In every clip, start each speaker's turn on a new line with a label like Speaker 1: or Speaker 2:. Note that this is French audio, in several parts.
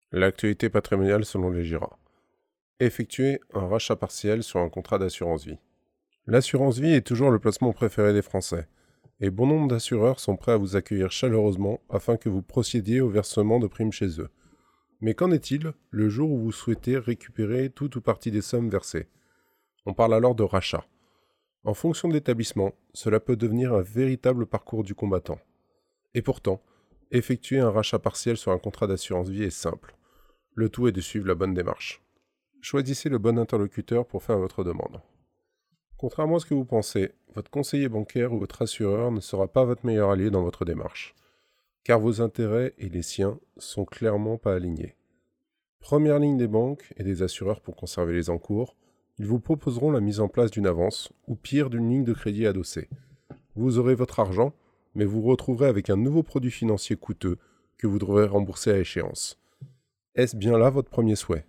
Speaker 1: L'actualité patrimoniale selon les GIRA. Effectuer un rachat partiel sur un contrat d'assurance vie. L'assurance vie est toujours le placement préféré des Français, et bon nombre d'assureurs sont prêts à vous accueillir chaleureusement afin que vous procédiez au versement de primes chez eux. Mais qu'en est-il le jour où vous souhaitez récupérer toute ou partie des sommes versées? On parle alors de rachat. En fonction de l'établissement, cela peut devenir un véritable parcours du combattant. Et pourtant, effectuer un rachat partiel sur un contrat d'assurance vie est simple. Le tout est de suivre la bonne démarche. Choisissez le bon interlocuteur pour faire votre demande. Contrairement à ce que vous pensez, votre conseiller bancaire ou votre assureur ne sera pas votre meilleur allié dans votre démarche, car vos intérêts et les siens sont clairement pas alignés. Première ligne des banques et des assureurs pour conserver les encours, ils vous proposeront la mise en place d'une avance ou pire d'une ligne de crédit adossée. Vous aurez votre argent, mais vous vous retrouverez avec un nouveau produit financier coûteux que vous devrez rembourser à échéance. Est-ce bien là votre premier souhait?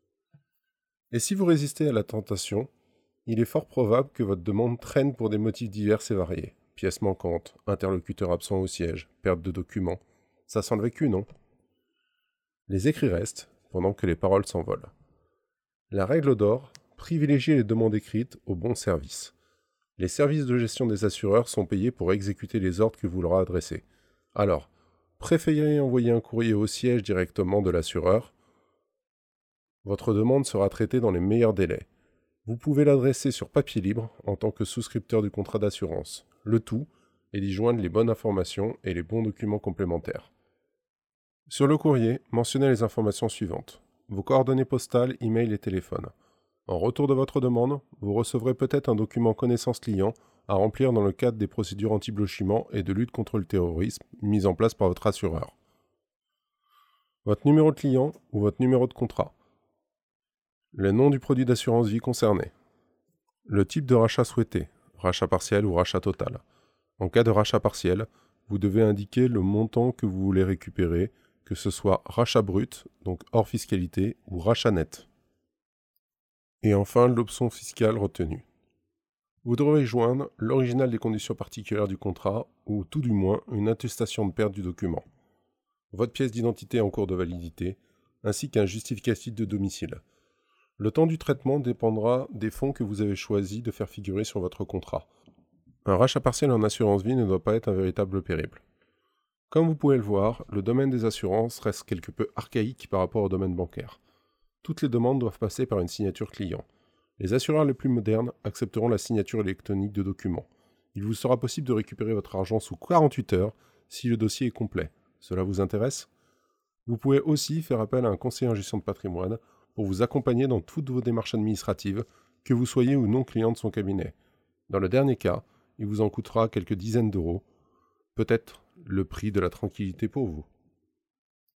Speaker 1: Et si vous résistez à la tentation, il est fort probable que votre demande traîne pour des motifs divers et variés. Pièces manquantes, interlocuteur absent au siège, perte de documents. Ça sent le vécu, non? Les écrits restent, pendant que les paroles s'envolent. La règle d'or, privilégiez les demandes écrites au bon service. Les services de gestion des assureurs sont payés pour exécuter les ordres que vous leur adressez. Alors, préférez envoyer un courrier au siège directement de l'assureur. Votre demande sera traitée dans les meilleurs délais. Vous pouvez l'adresser sur papier libre en tant que souscripteur du contrat d'assurance. Le tout est d'y joindre les bonnes informations et les bons documents complémentaires. Sur le courrier, mentionnez les informations suivantes. Vos coordonnées postales, email et téléphone. En retour de votre demande, vous recevrez peut-être un document connaissance client à remplir dans le cadre des procédures anti-blanchiment et de lutte contre le terrorisme mises en place par votre assureur. Votre numéro de client ou votre numéro de contrat. Le nom du produit d'assurance vie concerné. Le type de rachat souhaité, rachat partiel ou rachat total. En cas de rachat partiel, vous devez indiquer le montant que vous voulez récupérer, que ce soit rachat brut, donc hors fiscalité, ou rachat net. Et enfin, l'option fiscale retenue. Vous devrez joindre l'original des conditions particulières du contrat, ou tout du moins une attestation de perte du document, votre pièce d'identité en cours de validité, ainsi qu'un justificatif de domicile. Le temps du traitement dépendra des fonds que vous avez choisi de faire figurer sur votre contrat. Un rachat partiel en assurance vie ne doit pas être un véritable périple. Comme vous pouvez le voir, le domaine des assurances reste quelque peu archaïque par rapport au domaine bancaire. Toutes les demandes doivent passer par une signature client. Les assureurs les plus modernes accepteront la signature électronique de documents. Il vous sera possible de récupérer votre argent sous 48 heures si le dossier est complet. Cela vous intéresse? Vous pouvez aussi faire appel à un conseiller en gestion de patrimoine pour vous accompagner dans toutes vos démarches administratives, que vous soyez ou non client de son cabinet. Dans le dernier cas, il vous en coûtera quelques dizaines d'euros, peut-être le prix de la tranquillité pour vous.